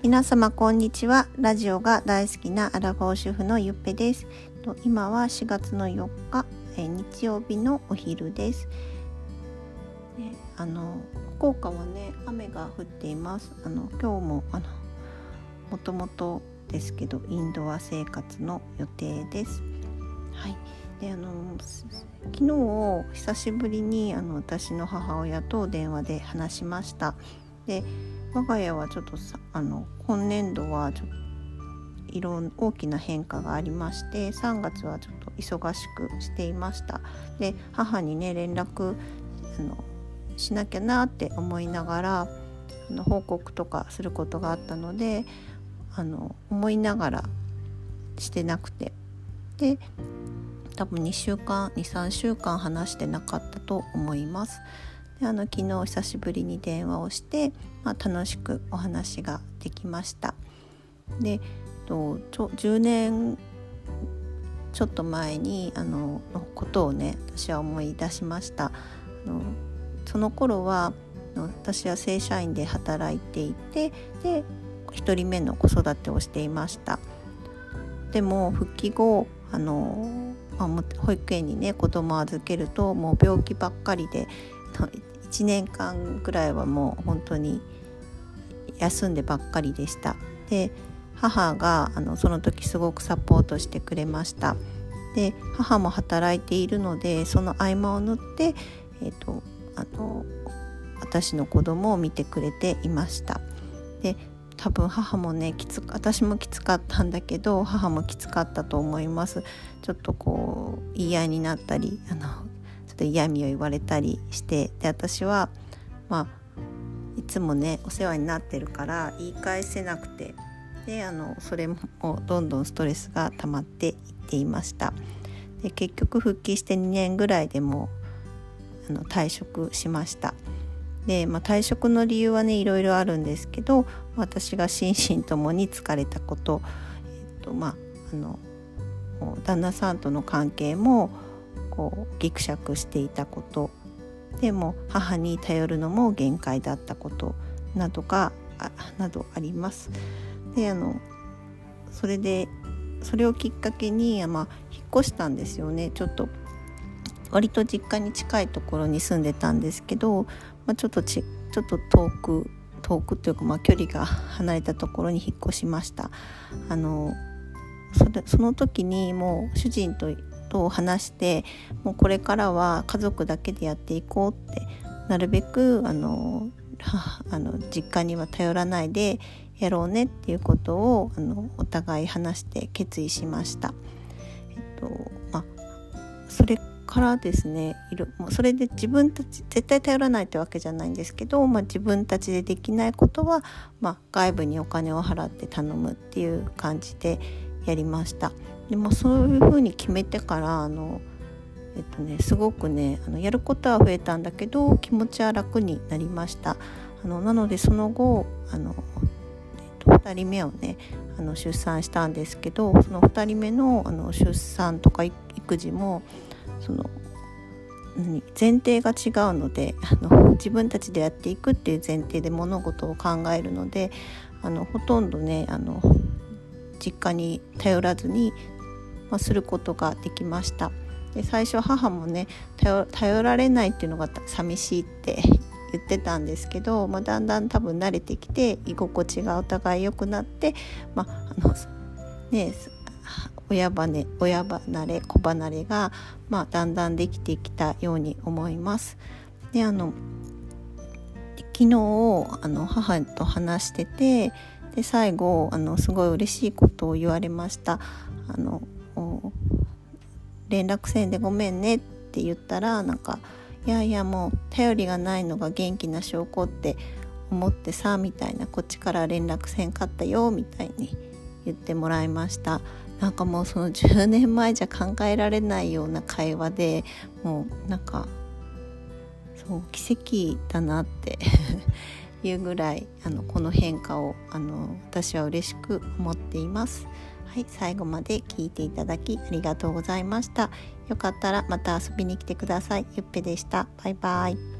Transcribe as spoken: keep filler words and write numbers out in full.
皆様こんにちは。ラジオが大好きなアラフォー主婦のゆっぺです。今はしがつのよっか、えー、日曜日のお昼です、ね、あの福岡はね雨が降っています。あの今日もあのもともとですけどインドア生活の予定です。はい。であの昨日久しぶりにあの私の母親と電話で話しました。で我が家はちょっとさあの今年度はちょっといろん大きな変化がありまして、さんがつはちょっと忙しくしていました。で母にね連絡あのしなきゃなって思いながらあの報告とかすることがあったのであの思いながらしてなくて、で多分にしゅうかん にさんしゅうかん話してなかったと思います。であの昨日久しぶりに電話をして、まあ、楽しくお話ができました。でとちょじゅうねんちょっと前にあののことをね私は思い出しました。あのその頃は私は正社員で働いていて、でひとりめの子育てをしていました。でも復帰後あの、まあ、保育園にね子供を預けるともう病気ばっかりでいちねんかんぐらいはもう本当に休んでばっかりでした。で母があのその時すごくサポートしてくれました。で母も働いているのでその合間を縫って、えーと、あの私の子供を見てくれていました。で多分母もねきつ私もきつかったんだけど母もきつかったと思います。ちょっとこう言い合いになったりあのちょっと嫌味を言われたりして、で私はまあいつもねお世話になってるから言い返せなくて、であのそれもどんどんストレスが溜まっていっていました。で結局復帰してにねんぐらいでもあの退職しました。で、まあ、退職の理由はねいろいろあるんですけど、私が心身ともに疲れたこと、えっとまあ、あの旦那さんとの関係もこうギクシャクしていたこと、でも母に頼るのも限界だったことなどがあなどあります。であのそれでそれをきっかけに、まあ、引っ越したんですよね。ちょっと割と実家に近いところに住んでたんですけど、まあ、ちょっとちちょっと遠く遠くというか、まあ、距離が離れたところに引っ越しました。あの そ, れその時にもう主人とと話して、もうこれからは家族だけでやっていこうって、なるべくあのあの実家には頼らないでやろうねっていうことをあのお互い話して決意しました。えっとまあ、それからですねいるもうそれで自分たち絶対頼らないってわけじゃないんですけど、まあ、自分たちでできないことは、まあ、外部にお金を払って頼むっていう感じでやりました。でもそういうふうに決めてからあの、えっとね、すごくねあのやることは増えたんだけど気持ちは楽になりました。あのなのでその後あの、えっと、ふたりめをねあの出産したんですけど、そのふたりめ の, あの出産とか育児もその何前提が違うのであの自分たちでやっていくっていう前提で物事を考えるので、あのほとんどねあの実家に頼らずに、まあ、することができました。で最初母もね 頼, 頼られないっていうのが寂しいって言ってたんですけど、まあ、だんだん多分慣れてきて居心地がお互い良くなって、まああのね親離れ、親離れ子離れが、まあ、だんだんできてきたように思います。であの昨日あの母と話してて、で最後あのすごい嬉しいことを言われました。あの連絡せんでごめんねって言ったら、なんかいやいやもう頼りがないのが元気な証拠って思ってさみたいな、こっちから連絡せんかったよみたいに言ってもらいました。なんかもうそのじゅうねんまえじゃ考えられないような会話で、もうなんかそう奇跡だなっていうぐらいあのこの変化をあの私は嬉しく思っています。はい、最後まで聞いていただきありがとうございました。よかったらまた遊びに来てください。ゆっぺでした。バイバイ。